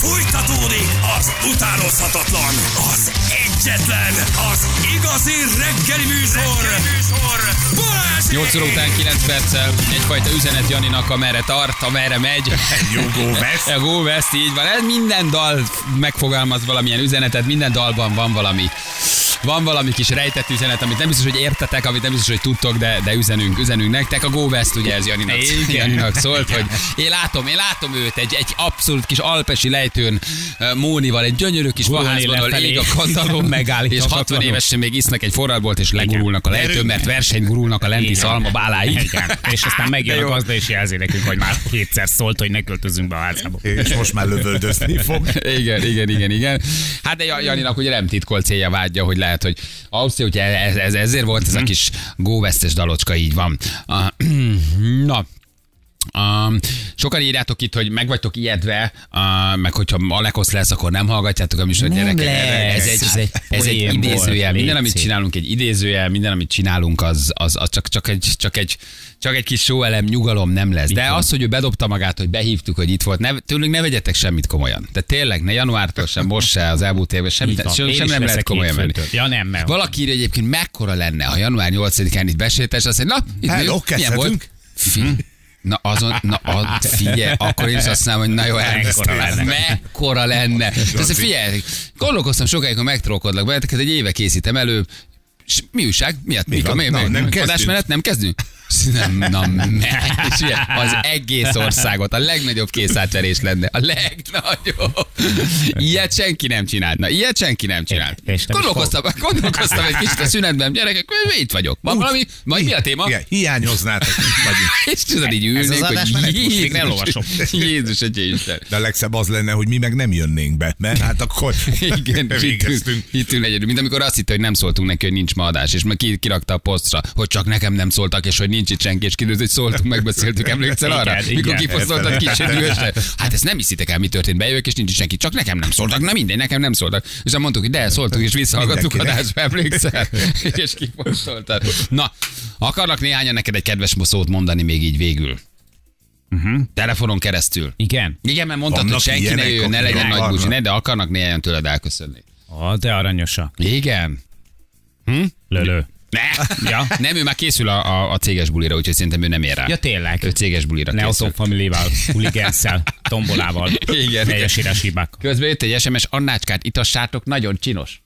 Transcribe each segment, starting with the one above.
Fújtatódik az utánozhatatlan, az egyetlen, az igazi reggeli műsor. Balázs! 8 óra után 9 perccel egyfajta üzenet Janinak, amerre tart, amerre megy. Go West. A Go West, így van. Ez minden dal megfogalmaz valamilyen üzenetet, minden dalban van valami kis rejtett üzenet, amit nem biztos, hogy értetek, amit nem biztos, hogy tudtok, de üzenünk nektek. A Go West ugye ez Janinak szólt, hogy én látom őt egy abszolút kis alpesi lejtőn Mónival, egy gyönyörű kis vaházban, ahol ég a kandalló, és 60 évesen még isznak egy forradbolt, és legurulnak a lejtőn, mert versenygurulnak a lenti szalma báláig. Igen. És aztán megjön a gazda, és jelzi nekünk, hogy már kétszer szólt, hogy ne költözünk be a házba. És most már lövöldözni fog. Igen. Hát de Janinak ugye nem titkolt célja, vágyja, hogy lehet, hogy Ausztria, ugye ezért volt ez a kis Go West-es dalocska, így van. Na, sokan írjátok itt, hogy meg vagytok ijedve, meg hogyha Alekosz lesz, akkor nem hallgatjátok a műsor gyerekek. Ez egy idézőjel. Minden, amit csinálunk, egy idézőjel, minden, amit csinálunk, az csak egy kis sóelem, nyugalom nem lesz. De az, hogy ő bedobta magát, hogy behívtuk, hogy itt volt, tőlünk ne vegyetek semmit komolyan. Tehát tényleg, ne januártól sem, most se, az elmúlt évben sem nem lehet komolyan menni. Ja, nem. Valaki írja egyébként, mekkora lenne, ha január 8-án itt besétes, azt mondja, milyen volt? Figyelj, akkor én is azt mondom, hogy na jó, mekkora lenne. Figyelj, gondolkoztam sokáig, hogy megtrókodlak benneteket, egy éve készítem elő. Mi újság? Nem adásmenet? Nem kezdünk? Az egész országot, a legnagyobb készátverés lenne. A legnagyobb. Ilyet senki nem csinált. Gondolkoztam egy kicsit a szünetben, gyerekek, itt vagyok. Van valami? Mi a téma? Igen, hiányoznátok. És tudod, így ülnék, hogy nem olvasom. Jézus, Isten. De a legszebb az lenne, hogy mi meg nem jönnénk be, mert hát akkor végeztünk. Itt ül egyedül, mint amikor azt hitte, hogy nem szóltunk neki, hogy nincs ma adás, és meg kirakta a posztra, hogy csak nekem nem szóltak, és hogy nincs itt senki, és kiderült, hogy szóltunk, megbeszéltük, emlékszel arra? Mikor kiposztoltad kicsit dühösen. Hát ezt nem hiszitek el, mi történt, bejövök, és nincs itt senki, csak nekem nem szóltak, na mindegy, nekem nem szóltak. És akkor mondtuk, hogy de szóltunk, és visszahallgattuk adásba, emlékszel? És kiposztoltad. Na, akarnak néhányan neked egy kedves szót mondani még így végül? Telefonon keresztül. Igen, mert mondtad, hogy senki ne jöjjön, ne legyen nagy búcsi, de akarnak néhányan tőled elköszönni. De aranyosa. Igen. Lölő. Ja. Nem, ő már készül a céges bulira, úgyhogy szerintem ő nem ér rá. Ja, tényleg. Ő céges bulira készül. Neoton Family-val, huligenszel, tombolával, teljes írás hibákkal. Közben jött egy SMS, Annácskát itassátok, nagyon csinos.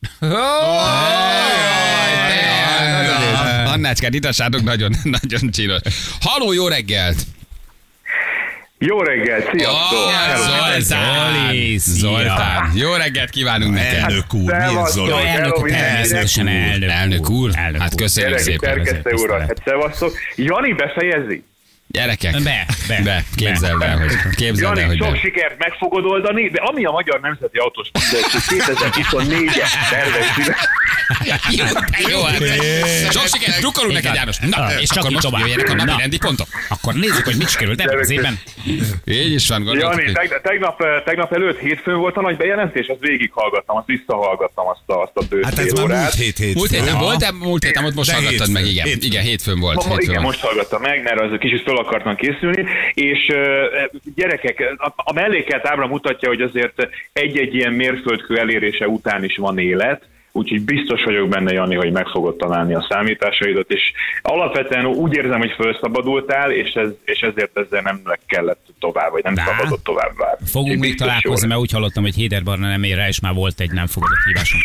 Annácskát itassátok, nagyon csinos. Halló, jó reggelt! Jó reggelt, sziasztok! Zoltán. Jó reggelt kívánunk neked. Elnök úr, miért Zoltán? Elnök úr. Hát köszönjük szépen. Szerkesztő urat, hát szevasztok. Jani befejezi? Gyerekek, be. Képzeld el, Jani, hogy sok sikert meg fogod oldani, de ami a Magyar Nemzeti Autós Szövetség 2024-es tervez. Jó, sok sikert, drukkolunk neked, János. Na, és akkor most jöjjenek a napi rendi pontok. Akkor nézzük, hogy mit sikerült ebben az évben. Így is van, gondoltuk. Jani, tegnap előtt hétfőn volt a nagy bejelentés, azt végighallgattam, azt visszahallgattam azt a bő Hát ez már múlt hét. Múlt héten volt, de múlt héten ott most hallgattad meg, igen, hétfőn volt. Igen, most hallgattam meg, mert az kicsit fel akartam készülni, és gyerekek, a mellékelt ábra mutatja, hogy azért egy-egy ilyen mérföldkő elérése után is van élet, úgyhogy biztos vagyok benne, Jani, hogy meg fogod találni a számításaidat, és alapvetően úgy érzem, hogy felszabadultál, és ezért ezzel nem kellett tovább, vagy nem szabadott tovább várni. Fogunk még találkozni, mert úgy hallottam, hogy Héder Barna nem ér rá, és már volt egy nem fogadott hívásom.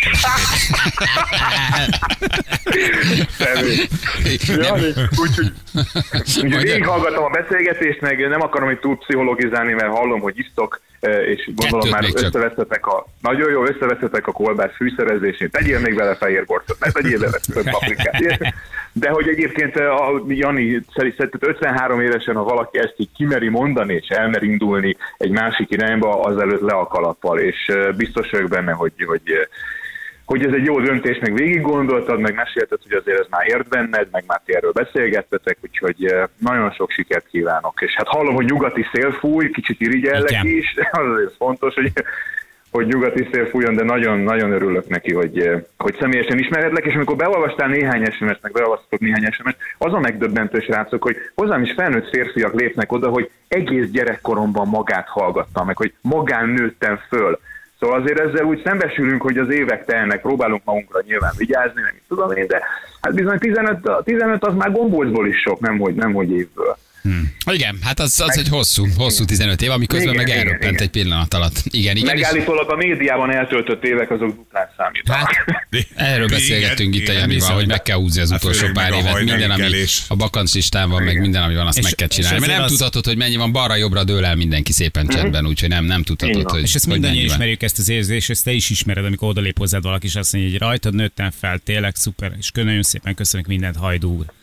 Úgyhogy végighallgatom a beszélgetést, meg nem akarom itt túl pszichologizálni, mert hallom, hogy isztok, és gondolom már összevesztetek a kolbász fűszerezését, tegyél még vele fehér borcot, ne tegyél vele paprikát. De hogy egyébként a Jani szerint 53 évesen, ha valaki ezt így kimeri mondani, és elmer indulni egy másik irányba, azelőtt le a kalappal, és biztos vagyok benne, hogy ez egy jó döntés, meg végig gondoltad, meg mesélted, hogy azért ez már ért benned, meg már ti erről beszélgettetek, úgyhogy nagyon sok sikert kívánok. És hát hallom, hogy nyugati szél fúj, kicsit irigyellek is, az azért fontos, hogy nyugati szél fújjon, de nagyon-nagyon örülök neki, hogy személyesen ismeredlek, és amikor beolvastál néhány SMS-t, meg beolvasztok néhány SMS-t, az a megdöbbentő, srácok, hogy hozzám is felnőtt férfiak lépnek oda, hogy egész gyerekkoromban magát hallgattam, meg hogy magán nőttem föl. Szóval azért ezzel úgy szembesülünk, hogy az évek telnek, próbálunk magunkra nyilván vigyázni, nem is tudom én, de hát bizony 15 az már gombolcból is sok, nemhogy évből. Igen, hát az egy hosszú 15 év, ami közben meg elröppent egy pillanat alatt. Igen. Megállítólag a médiában eltöltött évek azok duplán számítanak. Hát, erről beszélgettünk itt a Janival, hogy meg kell húzni az utolsó pár évet. Minden, ami a bakancslistán van, meg minden, ami van, azt meg kell csinálni. Mert nem tudhatod, hogy mennyi van, balra-jobbra dől el mindenki szépen csendben, úgyhogy nem tudhatod, hogy és ezt mindannyian ismerjük, ezt az érzést, ezt te is ismered, amikor odalép hozzád valaki, és azt mondja, hogy rajtad nőttem fel, tényleg szuper, és nagyon szépen köszönök mindent, Hajdú úr.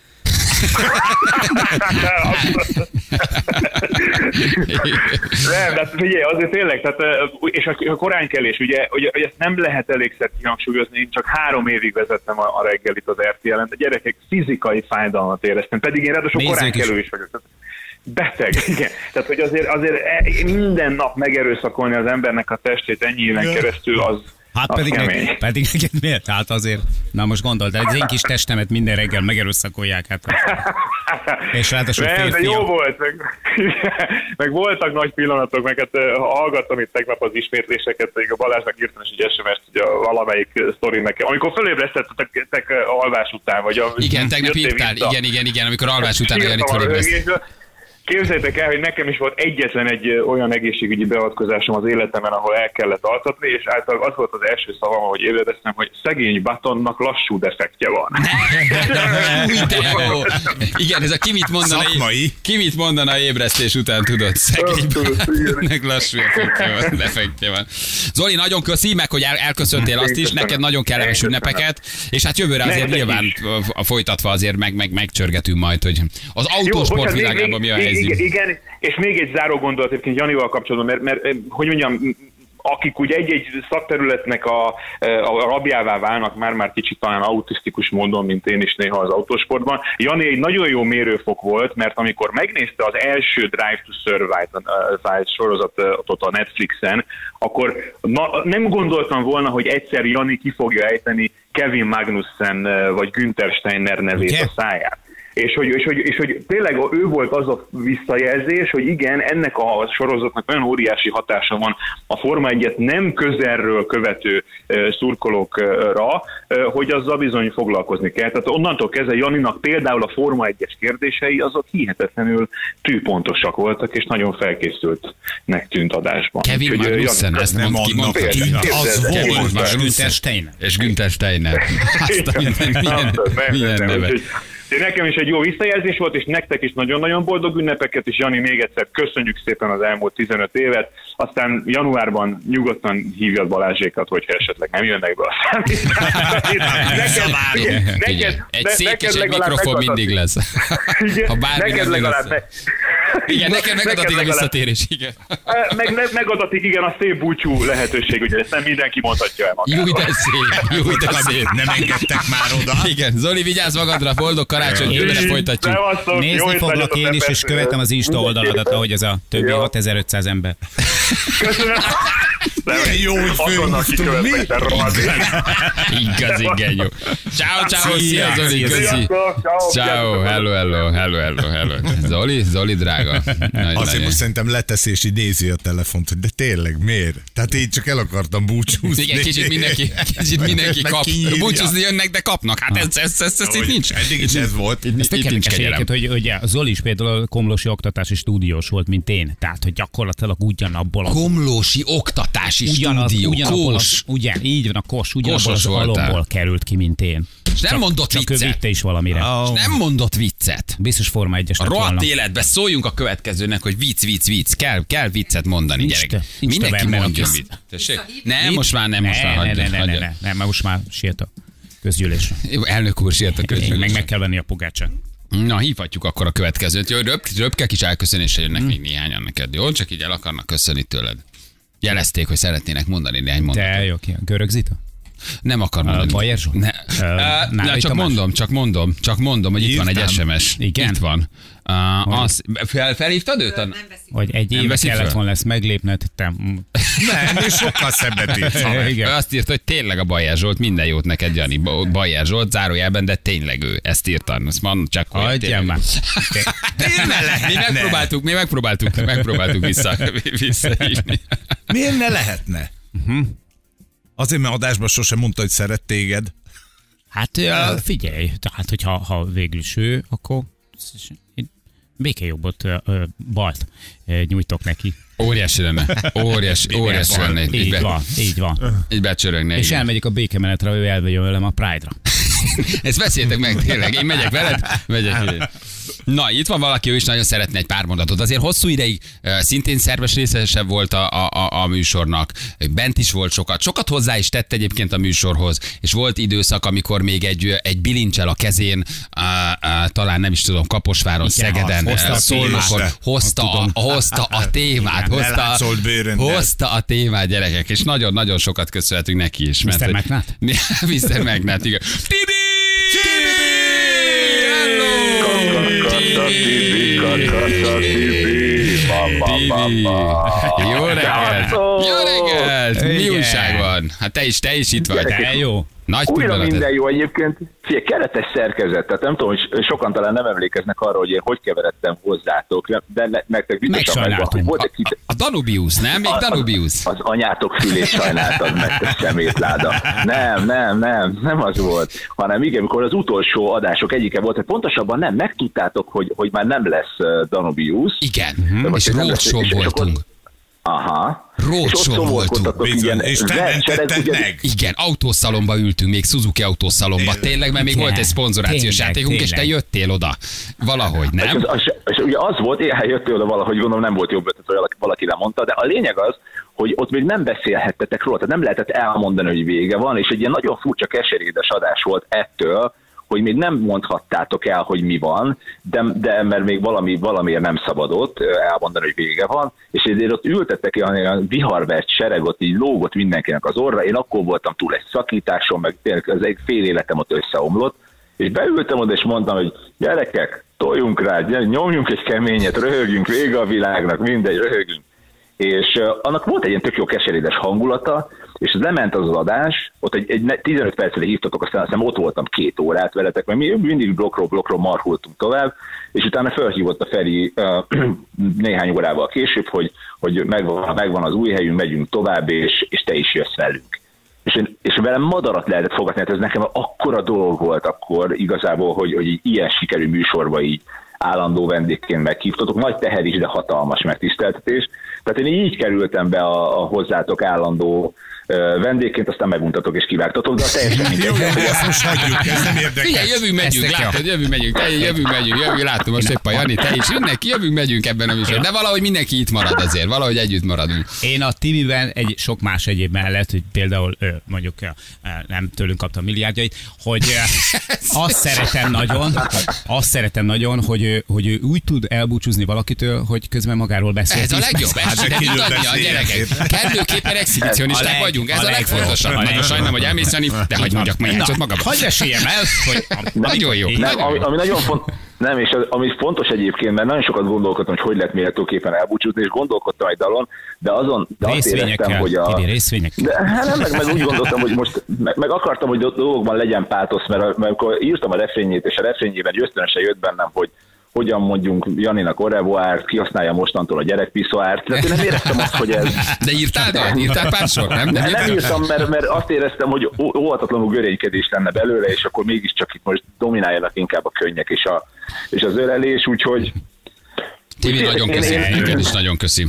Nem, de figyelj, azért tényleg, tehát, és a koránkelés, ugye ezt nem lehet elégszer kihangsúlyozni, én csak 3 évig vezettem a reggelit az RTL-en, de gyerekek fizikai fájdalmat éreztem, pedig én ráadásul koránkelő is vagyok. Beteg, igen. Tehát, hogy azért minden nap megerőszakolni az embernek a testét ennyi éven keresztül, az pedig neked miért? Hát azért, na most gondold, de az én kis testemet minden reggel megerőszakolják. Hát. És ráadásul de jó volt, meg voltak nagy pillanatok, meg hát hallgattam itt tegnap az ismétléseket, még a Balázsnak írtam is egy SMS-t, hogy valamelyik sztori nekem. Amikor fölébresztettek alvás után, vagy igen, tegnap írtál, igen, amikor alvás után a Janit fölébresztett. Képzeljétek el, hogy nekem is volt egyetlen egy olyan egészségügyi beavatkozásom az életemben, ahol el kellett altatni, és általában az volt az első szavam, ahogy ébredeztem, hogy szegény Batonnak lassú defektje van. Igen, ez a ki mit mondana ébresztés után, tudod? Szegény Batonnak lassú defektje van. Zoli, nagyon köszi, meg hogy elköszöntél azt is, neked nagyon kellemes ünnepeket, és hát jövőre azért nyilván folytatva azért megcsörgetünk majd, hogy az autósport világában mi a helyzet. Igen, és még egy záró gondolat egyébként Janival kapcsolatban, mert hogy mondjam, akik úgy egy-egy szakterületnek a rabjává válnak, már kicsit talán autisztikus módon, mint én is néha az autósportban. Jani egy nagyon jó mérőfok volt, mert amikor megnézte az első Drive to Survive sorozatot a Netflixen, akkor nem gondoltam volna, hogy egyszer Jani ki fogja ejteni Kevin Magnussen vagy Günther Steiner nevét a száját. És hogy tényleg ő volt az a visszajelzés, hogy igen, ennek a sorozatnak olyan óriási hatása van a Forma 1-et nem közelről követő szurkolókra, hogy azzal bizony foglalkozni kell. Tehát onnantól kezdve Janinak például a Forma 1-es kérdései azok hihetetlenül tűpontosak voltak, és nagyon felkészültnek tűnt adásban. Kevin Magnussen, ezt nem mondta. Az volt, és Günther Steiner. Milyen neve. Nekem is egy jó visszajelzés volt, és nektek is nagyon-nagyon boldog ünnepeket, és Jani, még egyszer köszönjük szépen az elmúlt 15 évet, aztán januárban nyugodtan hívjad Balázsékat, hogyha esetleg nem jönnek be a számít. Egy szék és egy mikrofon mindig lesz. Ha bármi nem lesz. Igen, neked megadatik a visszatérés, igen. Megadatik, igen, a szép búcsú lehetőség, ugye ezt nem mindenki mondhatja el magát. Jó, de szép. Nem engedtek már oda. Igen, Zoli, vigyázz magadra, boldog karácsony, jövőre folytatjuk. Nézni foglak én is, és követem az Insta oldaladat, ahogy ez a többi 6500 ember. Köszönöm. Milyen jó, hogy fölhívtunk, mi? Igaz, igen, jó. Ciao, szia Zoli, köszi. Ciao, hello. Zoli drága. Azért most szerintem leteszi, és így nézi a telefont, hogy de tényleg miért? Tehát én csak el akartam búcsúzni. Igen, kicsit mindenki kap. Búcsúzni jönnek, de kapnak. Hát ez itt nincs. Eddig is ez volt. Ezt érdekes egyébként, hogy a Zoli is például komlósi oktatási stúdiós volt, mint én. Tehát, hogy gyakorlatilag ugyanabból komlósi oktatási stúdió. Kós. Így van, a Kós. Ugyanabból az alomból került ki, mint én. És nem mondott viccet. Csak ő vitte is valamire. És nem mondott viccet. Biztos Forma 1-es a rohadt életben szóljunk a következőnek, hogy vicc. Kell viccet mondani, gyerek. Mindenki mondja viccet. Nem, most már hagyja. Nem, most már siet a közgyűlés. Elnök úr siet a közgyűlés. Meg kell venni a pogácsát. Na, hívhatjuk akkor a következőt. Jó, röpke kis elköszönésre jönnek még néhányan neked, jó? Csak így el akarnak köszönni tőled. Jelezték, hogy szeretnének mondani néhány mondatot. De jó, ki? Görög Zita? Nem akar mondani. Bajer Zsolt? Ne, csak mondom, hogy itt van egy Írtam. SMS. Igen? Itt van. Felhívtad őt? Vagy egy éve veszik kellett föl? volna ezt meglépned, te... Nem, és sokkal szebbet írt. Ő azt írta, hogy tényleg a Bajer Zsolt, minden jót neked, Jani. Bajer Zsolt, zárójelben, de tényleg ő. Ezt írtan. Azt mondom, csak hogy Hagyjál tényleg. már. Mi megpróbáltuk visszahívni. Miért ne lehetne? Azért, mert adásban sosem mondta, hogy szeret téged. Hát figyelj, tehát hogyha végül is ő, akkor én békejobbot balt nyújtok neki. Óriási lenne. Óriási lenne. Így van. Így becsörögne. És igen. elmegyek a békemenetre, ő elvegyön velem a Pride-ra. Ezt beszéltek meg tényleg. Én megyek veled. Na, itt van valaki, ő is nagyon szeretne egy pár mondatot. Azért hosszú ideig szintén szerves részese volt a műsornak. Bent is volt sokat hozzá is tett egyébként a műsorhoz. És volt időszak, amikor még egy bilincsel a kezén, talán nem is tudom, Kaposváron, igen, Szegeden, hozta a Szolnokon, témát. hozta a témát, Lelátszolt bőröndel. hozta a témát, gyerekek, és nagyon-nagyon sokat köszönhetünk neki is. Mr. McNutt? Mr. McNutt, igen. Tibi! Tibi! Jó reggelt! Jó reggelt! Mi Igen. újság van? Hát te is itt vagy. De jó. Nagy Újra pillanat. minden jó egyébként. Figyelj, keretes szerkezet, tehát nem tudom, hogy sokan talán nem emlékeznek arra, hogy én hogy keveredtem hozzátok, de nektek biztosan megvan, hogy volt egy kicsit. A Danubius, nem? Még Danubius. Az anyátok fülét sajnáltad meg, te szemétláda. Nem az volt, hanem igen, amikor az utolsó adások egyike volt, hogy pontosabban nem, megtudtátok, hogy már nem lesz Danubius. Igen, Most és nem lesz, roadshow és akkor- voltunk. Aha. Roadshow És ott szomorkodtatok, voltunk. Bizony, igen, és te versenyek, mentetted ugye- meg. Igen, autószalomba ültünk, még Suzuki autószalomba. Tényleg, mert még Igen, volt egy szponzorációs tényleg, játékunk, és te tényleg. jöttél oda. Valahogy, nem? És ugye az volt, jöttél oda valahogy, gondolom nem volt jobb ötlet, hogy valaki lemondta, de a lényeg az, hogy ott még nem beszélhettetek róla, tehát nem lehetett elmondani, hogy vége van, és egy ilyen nagyon furcsa keserédes adás volt ettől, hogy még nem mondhattátok el, hogy mi van, de mert még valamiért nem szabadott elmondani, hogy vége van, és ezért ott ültettek ilyen viharvert sereg, ott így lógott mindenkinek az orra, én akkor voltam túl egy szakításon, meg tényleg az egy fél életem ott összeomlott, és beültem oda, és mondtam, hogy gyerekek, toljunk rá, nyomjunk egy keményet, röhögjünk, vége a világnak, mindegy, röhögjünk. És annak volt egy ilyen tök jó keserédes hangulata, és lement az adás, ott egy 15 percre hívtatok, aztán ott voltam 2 órát veletek, mert mi mindig blokkról marhultunk tovább, és utána felhívott a Feri néhány órával később, hogy megvan az új helyünk, megyünk tovább, és te is jössz velünk. És velem madarat lehetett fogadni, hát ez nekem akkora dolog volt akkor igazából, hogy ilyen sikerű műsorba így állandó vendégként meghívtatok. Nagy teher is, de hatalmas megtiszteltetés. Tehát én így kerültem be a hozzátok állandó vendégként, aztán meguntatok és kivágtatok, de teljesen Jó, mindegy. ezt most hagyjuk, ez nem érdekes. Figyelj, jövünk, megyünk, látod, jövünk, megyünk, látom most épp a Jani, te is, mindenki, jövünk, megyünk ebben a műsorban. De valahogy mindenki itt marad azért, valahogy együtt maradunk. Én a Tibiben egy sok más egyéb mellett, hogy például mondjuk nem tőlünk kaptam milliárdjait, hogy azt szeretem nagyon, hogy ő úgy tud elbúcsúzni valakitől, hogy közben magáról beszél. Ez a legjobb, Hát, ez de de kilőtt a gyerekek. Kellőképpen exhibicionisták vagyunk, ez a legfontosabb. Nagyon sajnálom, hogy elmész, Jani, de hagyd mondjak Majácsot magamba. Hagyj meséljem el, hogy Nagyon jó. Nem, ami nagyon fontos, nem, és ami fontos egyébként, mert nagyon sokat gondolkodtam, hogy lehet méltóképpen elbúcsúzni, és gondolkodtam egy dalon, de azt éreztem, hogy Tibi, részvényekkel. De hát nem, meg úgy gondoltam, hogy most, meg akartam, hogy dolgokban legyen pátosz, mert amikor írtam a refrényét, és a refrényében ösztönösen jött bennem, hogy hogyan mondjunk Janinak au revoir, kihasználja mostantól a gyerekpiszoárt. Tehát én nem éreztem azt, hogy ez... De írtál pár sor, nem? Nem írtam, mert azt éreztem, hogy óhatatlanul görénykedés lenne belőle, és akkor mégiscsak itt most domináljanak inkább a könnyek és az ölelés, úgyhogy... Tibi, nagyon köszi, neked is nagyon köszi.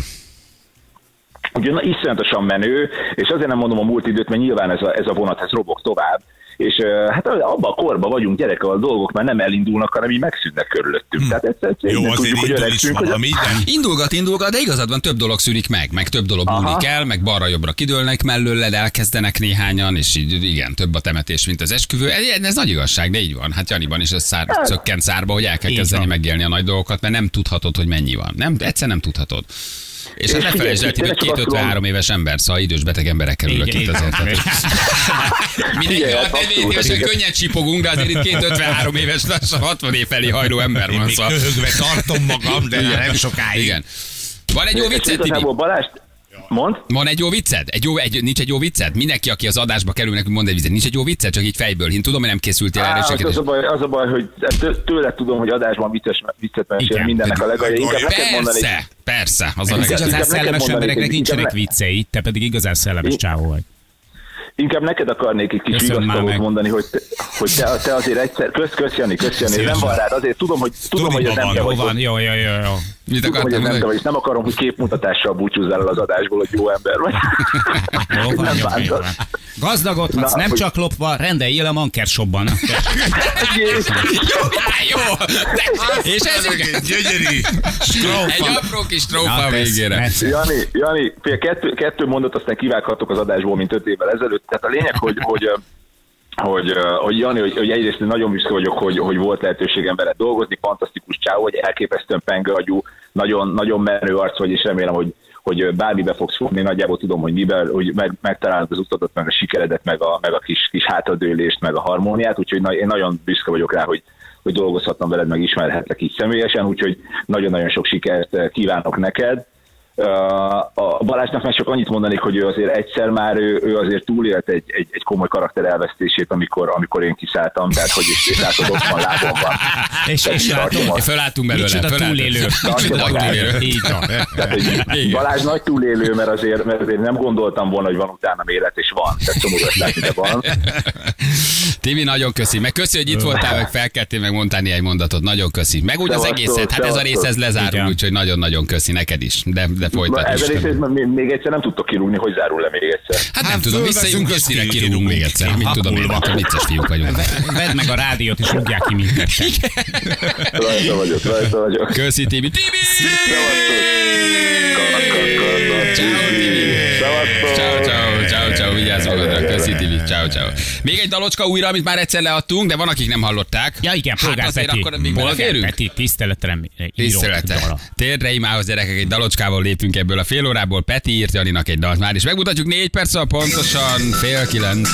Ugye iszonyatosan menő, és azért nem mondom a múlt időt, mert nyilván ez a vonat, ez robog tovább, és hát abban a korban vagyunk gyerekek, a dolgok már nem elindulnak, hanem így megszűnnek körülöttünk. Tehát ezt Jó, azért hogy indul is valami, de... Indulgat, de igazad van, több dolog szűnik meg több dolog múlik el, meg balra-jobbra kidőlnek mellőled, elkezdenek néhányan, és így igen, több a temetés, mint az esküvő. Ez nagy igazság, de így van. Hát Janiban is ez szökkent szárba, hogy el kell Így kezdeni van. megélni a nagy dolgokat, mert nem tudhatod, hogy mennyi van. Egyszer nem tudhatod. És hát ne felejtsd el, hogy 2-53 éves ember, szóval idős beteg emberekkel ülök itt azért. Mindegy, 60 évesen könnyen csipogunk, de azért itt 2-53 éves, lassan 60 év felé hajló ember van. Még köhögve tartom magam, de nem sokáig. Igen. Van egy jó vicced, Tibi? Mond? Van egy jó vicced? Nincs egy jó vicced? Mindenki, aki az adásba kerül, nekünk mond egy viccet. Nincs egy jó vicced? Csak így fejből. Én tudom, hogy nem készültél erre. Az a baj, hogy tőle tudom, hogy adásban viccet mesél mindennek a legalja. Inkább neked mondani. Persze. Az igazán szellemes embereknek nincsenek viccei, te pedig igazán szellemes csávó vagy. Inkább neked akarnék egy kis vigasztalót mondani, hogy te azért egyszer... Kösz, Jani, nem van rád, azért tudom, hogy ez nem te vagy. Jó. Tudom, hogy ez nem te vagy, és nem akarom, hogy képmutatással búcsúzzál el az adásból, hogy jó ember vagy. Jó. Gazdagodhatsz, nem csak lopva, rendeljél a Manker Shopban. Jó. És ez gyönyörű strófa. Egy apró kis strófa végére. Jani, kettő mondat, aztán kivághatok az adásból, mint 5 évvel ezelőtt. Tehát a lényeg, hogy Jani, hogy egyrészt nagyon büszke vagyok, hogy volt lehetőségem veled dolgozni, fantasztikus csávó, hogy elképesztően pengeagyú, nagyon, nagyon menő arc vagy, és remélem, hogy bármibe fogsz fogni, nagyjából tudom, hogy miben, hogy megtalálod az utadat, meg a sikeredet, meg a kis hátradőlést, meg a harmóniát, úgyhogy én nagyon büszke vagyok rá, hogy dolgozhattam veled, meg ismerhetlek így személyesen, úgyhogy nagyon-nagyon sok sikert kívánok neked. A Balázsnak meg csak annyit mondanék, hogy ő azért egyszer már ő azért túlélt egy komoly karakter elvesztését, amikor én kiszálltam, tehát hogy is látod, ott van, lábon van. És fölálltunk belőle. Micsoda túlélő. Így van. Balázs nagy túlélő, mert azért nem gondoltam volna, hogy van utána élet, és van. Tehát szomorúan látni, de van. Tibi, nagyon köszi. Meg köszi, hogy itt voltál, meg felkeltél, meg mondtál egy mondatot. Nagyon köszi. Meg úgy az egészet. Hát ez a rész, ez lezárul, úgyhogy nagyon-nagyon köszi neked is. De folytatjuk. Még egyszer nem tudtok kirúgni, hogy zárul le még egyszer. Hát nem tudom, visszajunk összire kirúgunk még egyszer. Mit tudom én, akkor vicces fiúk vagyunk. Vedd meg a rádiót, és rúgják ki minket. Rajta vagyok. Köszi, Tibi. Tibi! Ciao, vigyázz magadra. Köszi, Tibi. Ciao. Még egy dalocska újra, amit már egyszer leadtunk, de van, akik nem hallották. Ja, igen, Polgár Peti. Tiszteletre. Térdre imához, gyerekek, egy dalocskával lépünk ebből a fél órából. Peti írt Janinak egy dalt már, és megmutatjuk 4 perc, pontosan 8:30.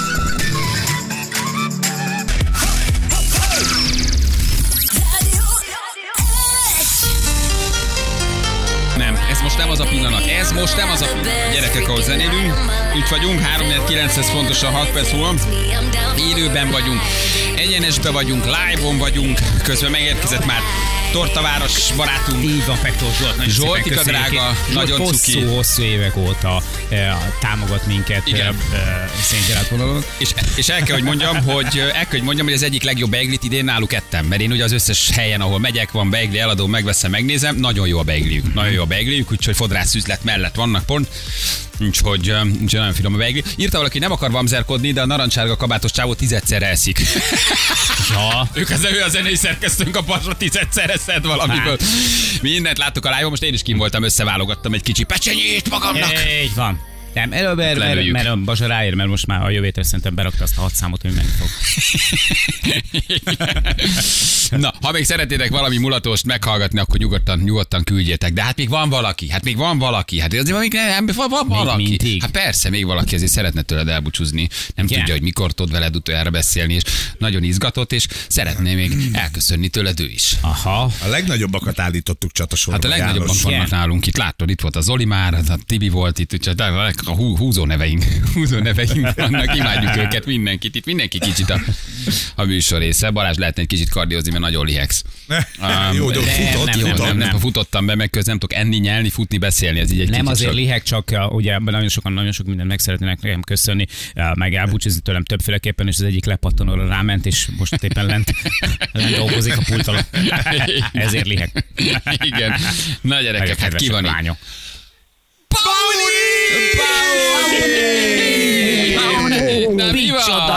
Ez most nem az a pillanat. Gyerekek, ahol zenélünk. Itt vagyunk, 3-9, pontosan 6 perc múlva. Élőben vagyunk, egyenesben vagyunk, live-on vagyunk. Közben megérkezett már Tortaváros barátunk. Így van, Pektor Zsolt. Zsoltika drága, nagyon cuki. Hosszú évek óta támogat minket Szentgyerát. És el kell, hogy mondjam, hogy az egyik legjobb beiglit idén náluk ettem. Mert én ugye az összes helyen, ahol megyek, van beigli eladó, megveszem, megnézem. Nagyon jó a beigliük. Úgyhogy fodrászüzlet mellett vannak pont. Úgyhogy nagyon finom a beigli. Írta valaki, nem akar vamzerkodni, de a narancsárga kabátos csávó 10-szer eszik. Ja. Ő a zenei szerkesztőnk a pasra 10-szer eszed valamiből. Mindent láttuk a live-on, most én is kim voltam, összeválogattam egy kicsi pecsenyét magamnak. Így van. Nem, mert Bazsa ráér, mert most már a jövő hétre szerintem berakta azt a 6 számot, hogy menni fog. Na, ha még szeretnétek valami mulatóst meghallgatni, akkor nyugodtan küldjétek. De hát még van valaki. Hát azért van valaki. Hát persze, még valaki azért szeretne tőled elbúcsúzni. Nem tudja, hogy mikor tud veled utoljára beszélni, és nagyon izgatott, és szeretné még elköszönni tőled ő is. Aha. A legnagyobbakat állítottuk csatasorba. Hát a legnagyobbak vannak nálunk. Itt látod, itt volt a Zoli már, a Tibi volt itt, úgyhogy a húzó neveink vannak, imádjuk őket, mindenkit. Itt mindenki kicsit a műsor része. Balázs lehetne egy kicsit kardiózni, mert nagyon lihegsz. Jó, de nem futottam be, meg közben nem tudok enni, nyelni, futni, beszélni. Ez így egy nem kicsit azért liheg, csak ugye nagyon sok mindent meg szeretnének nekem köszönni, meg elbúcsúzni tőlem többféleképpen, és az egyik lepattanóra ráment, és most éppen lent dolgozik a pult alatt. Ezért liheg. Igen. Na gyerekek, hát ki van itt? Na mi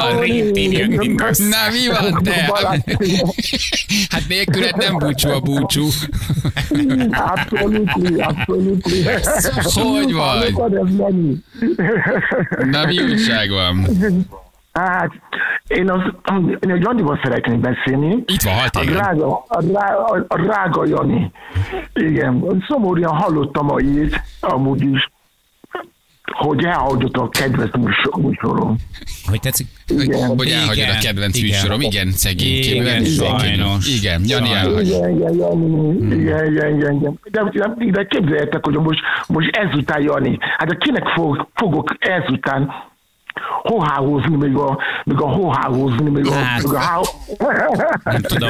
van te? Hát nélküled nem búcsú a búcsú. Abszolútli. Hogy vagy? Na mi újság van? Hát, Én a Janival szeretnék beszélni. Itt van, halt igen. A drága Jani. Igen, szomorúan hallottam a írt, amúgy is, hogy elhagyott a kedves műsorom. Hogy tetszik? Hogy elhagyod a kedvenc műsorom. Igen, szegény. Igen, sajnos. Igen, Jani elhagy. Igen, Jani. Igen. De képzeljétek, hogy most ezután Jani. Hát kinek fogok ezután hoháhozni, még a hoháhozni, még a nem tudom,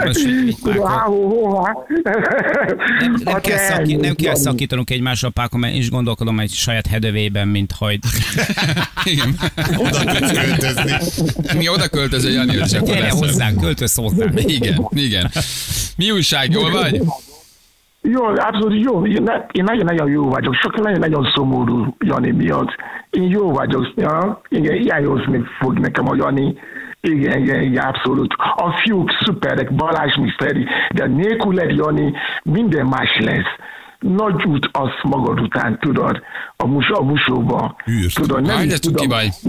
nem kell szakítanunk egymásra, Páko, mert is gondolkodom egy saját hedövében, mint hajt. Igen. Oda tudsz költözni. Mi oda költöző, Jani, és akkor Gyere lesz. hozzánk, költöz hozzánk. Igen. Mi újság, jól vagy? Jó, abszolút jó. Én nagyon-nagyon jó vagyok. Sok nagyon-nagyon szomorú Jani miatt. Én jó vagyok. Ja? Igen, hiányozni fog nekem a Jani. Igen, abszolút. A fiúk szuperek, Balázs Miszteri, de nélküled Jani minden más lesz. Nagy út az magad után, tudod, a musóba. Tudod, nem is tudom,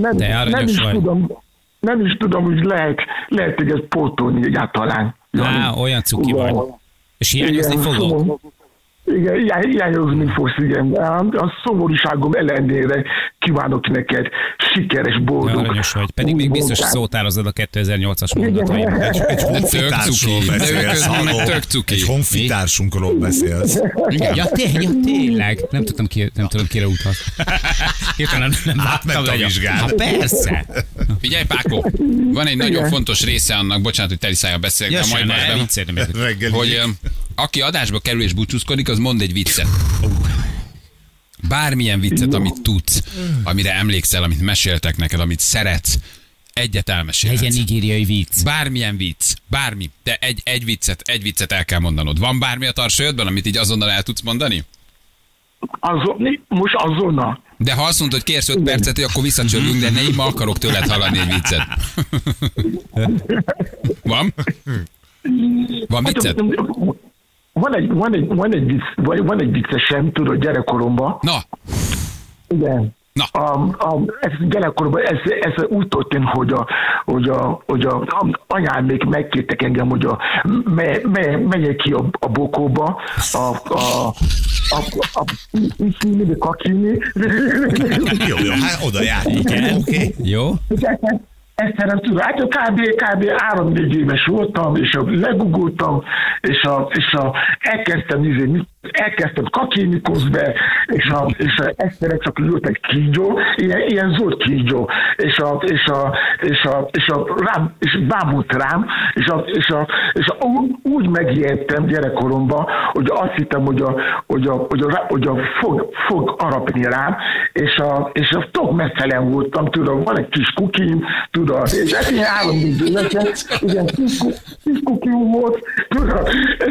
nem is tudom, hogy lehet egy pótolni egyáltalán. Olyan cuki vagy. És hiányozni fogok? Igen, hiányozni fogsz, igen. A szomorúságom ellenére kívánok neked sikeres, boldog. Aranyos vagy. Pedig még biztos szótározod a 2008-as mondataim. Egy honfitársról beszélsz. Tök cuki. Egy honfitársunkról beszélsz. Ja, tényleg. Nem tudom, kire utalsz. Hirtelen nem átment a vizsgán. Hát persze. Figyelj, Páko, van egy nagyon fontos része annak, bocsánat, hogy Teriszájjal beszélek, hogy aki adásba kerül és búcsúzkodik, az mond egy viccet. Bármilyen viccet, amit tudsz, amire emlékszel, amit meséltek neked, amit szeretsz, egyet elmesélhetsz. Legyen nigériai vicc. Bármilyen vicc, bármi, de egy viccet el kell mondanod. Van bármi a tarsajodban, amit így azonnal el tudsz mondani? Most azonnal. De ha azt mondod, hogy kérsz 5 percet, akkor visszacsörgünk, de én ma akarok tőled hallani egy viccet. Van? Van viccet? Van egy viccesem, tudod, gyerekkoromban. Na. Igen. Na. Ez gyerekkorban ez úgy történt, hogy anyám még megkértek engem, hogy megyek ki a bokóba, kakini. Jó, hát oda jár. Igen, oké. Jó. Egyszerűen tudom, hát kb. 3-4 éves voltam, és legugoltam, és elkezdtem kakínikozni, és egyszerűen csak jött egy kígyó, ilyen zöld kígyó, és bámult rám, és úgy megijedtem gyerekkoromban, hogy azt hittem, hogy fog arapni rám, és tök messzelen voltam, tudom, van egy kis kukim, tudod, és ez ilyen 3-4 évesen, ilyen kis kukim volt, tudod,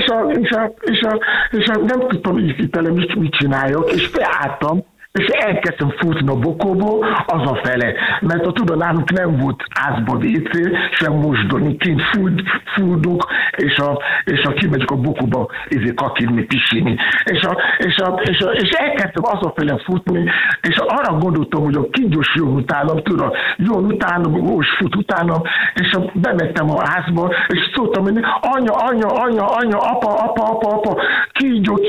és nem tudtam ízíteni, mit csináljak, és felálltam, és elkezdtem futni a bokóból azafele, mert a nálunk nem volt házba WC, sem mosdani, kint fúrdunk, és kimegyek a bokóba kakilni, pisini. És elkezdtem azafele futni, és arra gondoltam, hogy a kingyos jön utánam, jön utánam, most fut utánam, és bementem a házba, és szóltam, hogy anya, apa, kígyó.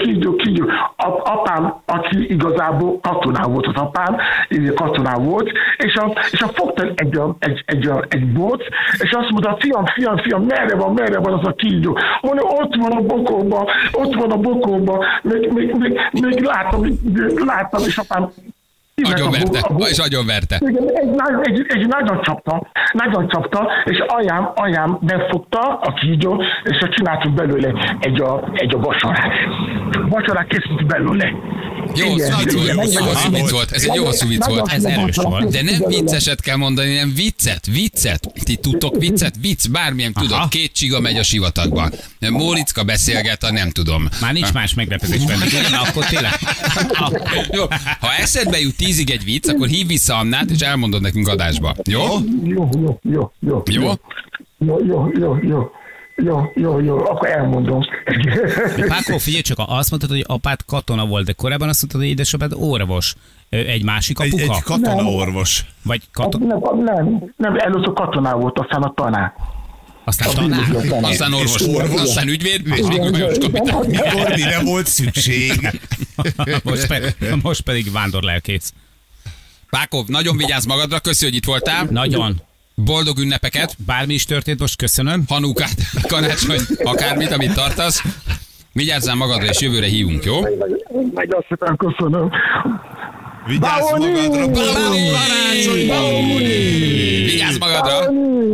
Apám, aki igazából katoná volt az apám, katoná volt, és fogta egy bot, és azt mondta, fiam, merre van az a kígyó? Mondja, ott van a bokóba, még láttam, és apám Agyon verte. Egy nagyon csapta, és anyám befogta a kígyó, és csináltuk belőle egy vacsorát. Vacsorát készült belőle. Jó vicc volt, ez egy jó hosszú vicc volt. Ez erős volt. De nem vicceset kell mondani, nem viccet. Ti tudtok viccet? Vicc, bármilyen tudod. 2 csiga megy a sivatagba. Móriczka beszélget, nem tudom. Már nincs más meglepetés benne. Akkor tényleg. Jó, ha eszedbe jut 10-ig egy vicc, akkor hív vissza Annát, és elmondod nekünk adásba. Jó? Jó. Jó, akkor elmondom. Pákó, figyelj csak, azt mondtad, hogy apád katona volt, de korábban azt mondtad, hogy édesapád orvos. Egy másik apuka? Egy katonaorvos. Vagy Nem, először katonál volt, aztán a tanár. Aztán tanár? Aztán orvos, aztán ügyvéd, és végül hajós kapitán. Mikor mire volt szükség? Most pedig vándorlelkész. Pákó, nagyon vigyázz magadra, köszi, hogy itt voltál. Nagyon. Boldog ünnepeket. Bármi is történt, most köszönöm. Hanukát, karácsony, akármit, amit tartasz. Vigyázzál magadra, és jövőre hívunk, jó? Nagyon szépen köszönöm. Vigyázz magadra, Bauni! Vigyázz magadra!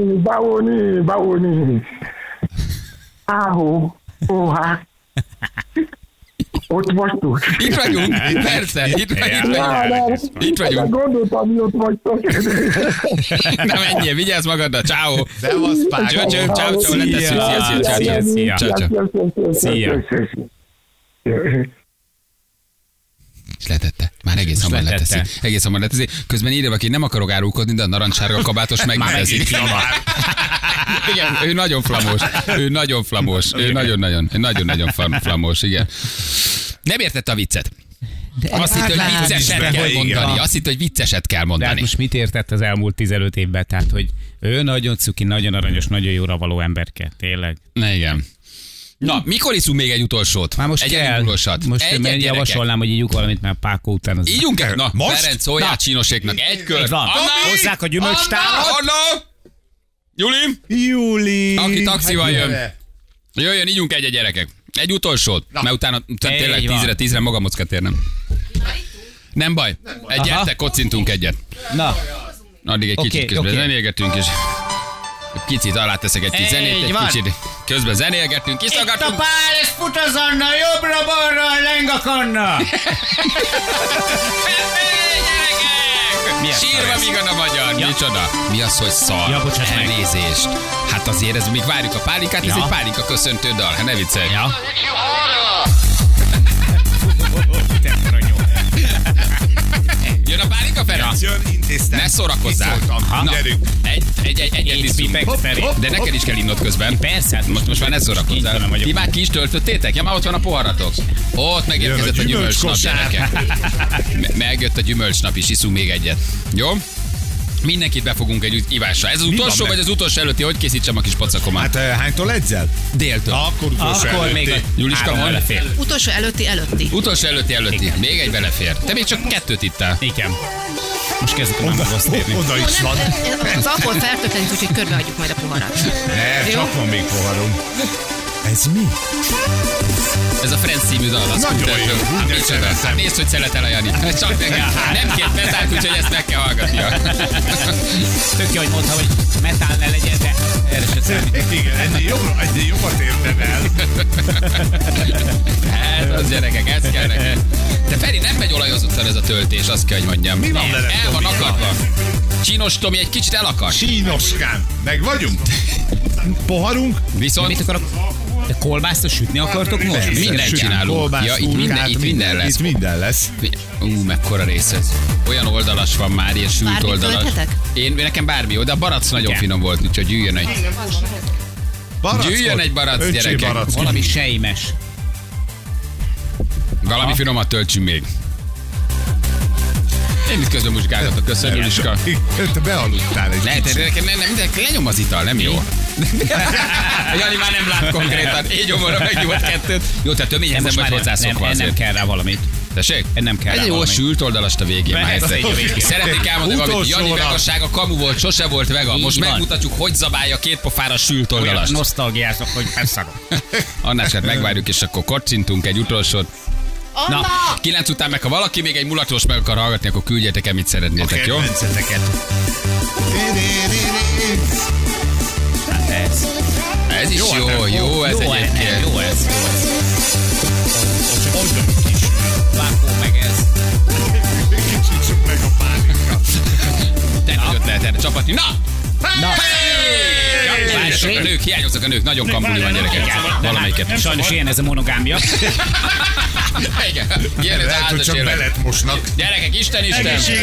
Bauni! Áhó, óhá. Ott vagytok? Itt vagyunk, persze, itt vagyunk. Gondoltam, hogy ott vagytok. Na menjél, vigyázz magadra, ciao. Szevasz, Pákó. Cső, ciao, letesszük, szia. És letette. Már egész hamar leteszi. Közben írja, aki nem akarok árulkodni, de a narancssárga kabátos megnevezik. Igen, ő nagyon flamos. Ő nagyon flamos, igen. Nem értette a viccet. Azt hitt, hogy vicceset kell mondani. Azt hitt, hogy vicceset kell De hát mondani. most mit értett az elmúlt 15 évben? Tehát, hogy ő nagyon cuki, nagyon aranyos, nagyon jóra való emberke. Tényleg. Na igen. Na, mikor iszunk még egy utolsót? Már most kell. Most én javasolnám, hogy ígyunk valamit, mert Pákó után az... Ígyunk el? Na, most? Ferenc, szóljál csínoséknak. Egy kör. Hozzák a gyümölcstálat. Anna! Juli! Aki taxival jön. Jöjjön, ígyunk egy gyerekek. Egy utolsót. Mert utána tényleg 10-re magamhoz kell térnem. Nem baj. Egyet, kocintunk egyet. Na. Addig egy kicsit közben zenélgetünk, és kicsit aláteszek egy kis zenét, egy kicsit közben zenélgetünk, kiszaggatunk. Itt a pál, és fut az Anna, jobbra-balra, leng a kanna. Sírva míg a magyar. Micsoda? Mi az, hogy szar? Ja, bocsáss meg. Elnézést. Hát azért ez, még várjuk a pálinkát, ez egy pálinka köszöntő dal. Hát ne viccelj. Ja. Jön a pálinka, Ferenc? Jön, intéztem. Ne szórakozzál. Na, egyet iszunk. De neked is kell innod közben. Persze. Most már ne szórakozzál. Ti már ki is töltöttétek? Ja, már ott van a poharatok. Ott megérkezett a gyümölcsnap, gyerekek. Megjött a gyümölcsnap is, iszunk még egyet. Jó? Mindenkit befogunk egy ivásra. Ez az utolsó, vagy az utolsó előtti? Hogy készítsem a kis pacakomat? Hát hánytól edzel? Déltől. Akkor még Juliska, mond. Utolsó előtti. Utolsó előtti. Még egy belefér. Te még csak 2 ittál. Igen. Most kezdek már magaszt érni. Oda is van. Az alkohol fertőtlenít, úgyhogy körbeadjuk majd a poharat. Ne, csak van még poharom. Ez mi? Ez a Friends című dal. Nagyon jó. Nézd, hogy szeletel a Jani. Csak nem kért metált, úgyhogy ezt meg kell hallgatnia. Tök jó, hogy mondta, hogy metál ne legyen, de erre se számít. Igen, ennél jobbat érted el. Ez az, gyerekek, ez kell neki. De Feri, nem megy olajozottan ez a töltés, azt kell, hogy mondjam. Mi van veled, El van Tomi? akadva. Csinos Tomi egy kicsit elakad. Sínoskán. Meg vagyunk? Poharunk? Viszont Mit akarok? De kolbászt sütni akartok most? Persze, mindent sütünk, csinálunk. kolbász, Ja, itt minden lesz. Itt minden lesz. Mekkora rész ez. Olyan oldalas van már, ilyen sült Bármit oldalas. tölthetek? Nekem bármi jó, de a barack nagyon finom volt, úgyhogy gyűjjön egy. Gyűjjön egy barack, gyerekek. Valami sejmes. Valami finomat töltsünk még. Én itt közben muzsikáltatok, köszönöm, Juliska. Te bealudtál egy Lehet, nekem lenyom az ital, nem jó. Jani már nem lát konkrétan. Én gyomorra megnyomott 2. Jó, tehát töményezem, vagy hozzászokva nem azért. kell rá valamit. Tessék? Nem kell Egy rá jó valamit. sült oldalast a végén. Már Persze, egyszer. egy a végén. Szeretnék elmondani valamit. Jani Utolsóra. vegassága kamu volt, sose volt vega. Így Most van. megmutatjuk, hogy zabálja 2 pofára sült Olyan oldalast. nosztalgiázok, hogy beszarok. Annását megvárjuk, és akkor kocintunk egy utolsót. Na, 9 után meg, ha valaki még egy mulatós meg akar hallgatni, akkor küldjetek el, mit szeretnétek, jó? hát ez. Ez is jó, ez egyébként. Jó ez. Vákó meg ez. Kicsit meg a pálinka. Te nagyot lehet erre csapatni. Na! Na. Hey! hiányoznak a nők, nagyon kampuni van gyerekek. Valamelyiket. Sajnos ilyen ez a monogámia. Igen, ilyen ez Lehet, hogy házas csak élet. belet mosnak. Gyerekek, Isten. Egészség.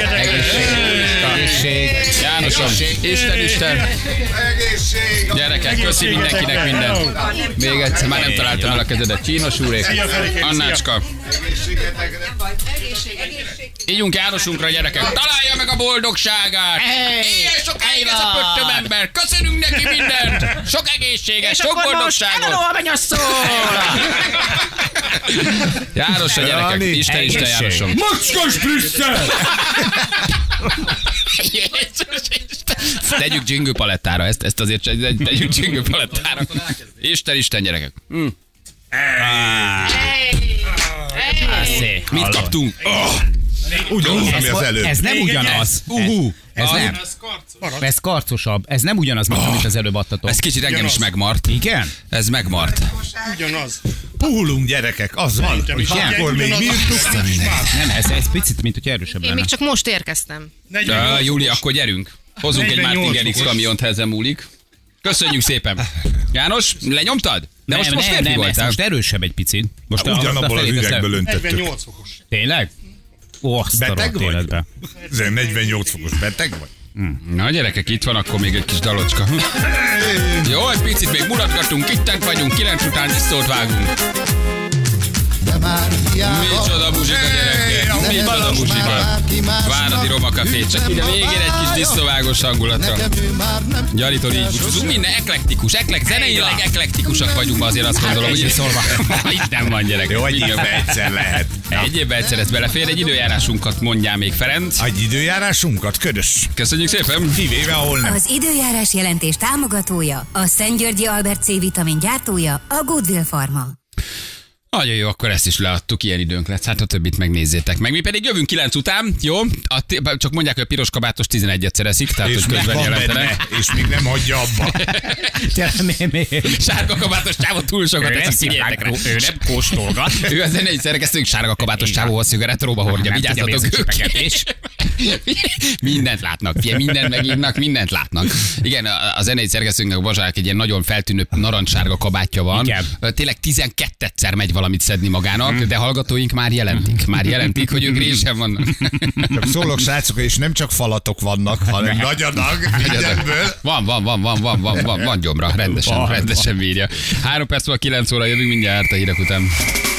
Jánosom, Isten. Egészség! Gyerekek, köszi mindenkinek mindent. Még egyszer, már nem találtam el a kezedet. Csínos úrék, Annácska. Ígyunk Jánosunkra, gyerekek. Találja meg a boldogságát. Ilyen sokáig ez a pöttöm ember. Köszönünk neki mindent. Sok egészséget, sok boldogságot. Eladó a mennyasszony! János a gyerekek. Jani. Isten Jánosom. Macskos Brüsszel! Jézus Isten. Tegyük Jingle palettára, ezt azért tegyük Jingle palettára. Isten gyerekek. Mit kaptunk? Ugyanaz, ami az előbb. Ez nem ugyanaz. Ez nem. Ez karcosabb. Ez nem ugyanaz, mint amit az előbb adtatok. Ez kicsit engem is megmart. Igen? Ez megmart. Ugyanaz. Puhulunk, gyerekek, az van, hogy is. akkor még Ugyanaz. bírtuk. Nem, ez picit, mint hogy erősebb Én lenne. még csak most érkeztem. Júli, akkor gyerünk. Hozunk egy 48 Martin Gerix kamiont, ha ezen múlik. Köszönjük szépen. János, lenyomtad? De most férfi nem, ez voltál. most erősebb egy picit. Most Ugyanabból az üvegből öntöttük. 48 fokos. Tényleg? Ó, azt a Beteg rohadt vagy? életbe. 48 fokos beteg vagy? Na gyerekek, itt van akkor még egy kis dalocska. Jó, egy picit még mulatgatunk, ittent vagyunk, 9 után disztót vágunk. Micsoda muzsika, gyerekek! Micsoda muzsika! Váradi Roma Café, csak ide végén egy kis disztovágos hangulatra. Gyaritól így búcsúzunk, minden eklektikus, zeneileg eklektikusak vagyunk, azért azt gondolom, hogy szólva. Itt nem van, gyerek. Jó, egy évben egyszer lehet. Egy évben egyszer ez belefér, egy időjárásunkat mondjál még, Ferenc. Egy időjárásunkat, ködös. Köszönjük szépen! Kivéve, ahol nem. Az időjárás jelentés támogatója, a Szentgyörgyi Albert C-vitamin gyártója, a Goodwill Pharma. Nagyon jó, akkor ezt is leadtuk, ilyen időnk lesz, hát a többit megnézzétek meg. Mi pedig jövünk 9 után, jó? Csak mondják, hogy a piros kabátos 11-szer eszik, tehát És hogy közben van jelentene. benne, és még nem hagyja abba. Sárga kabátos csávó túl sokat eszik, figyeljetek rá. Ő nem kóstolgat. Ő az zenei szerkesztőnk, sárga kabátos csávóhoz szög a retróba hordja, Nem tudja, vigyázzatok mi ez a csipegetés. Mindent látnak, mindent megírnak, mindent látnak. Igen, a zenei szerkesztőnknek Bazsák egy ilyen nagyon feltűnő narancssárga kabátja van. Igen. Tényleg 12-szer megy valamit szedni magának, de hallgatóink már jelentik, hogy ők résen vannak. Csak szólok, srácok, és nem csak falatok vannak, hanem nagy adag mindenből. Van gyomra, rendesen bírja. 3 perc múlva 9 óra jövünk mindjárt a hírek után.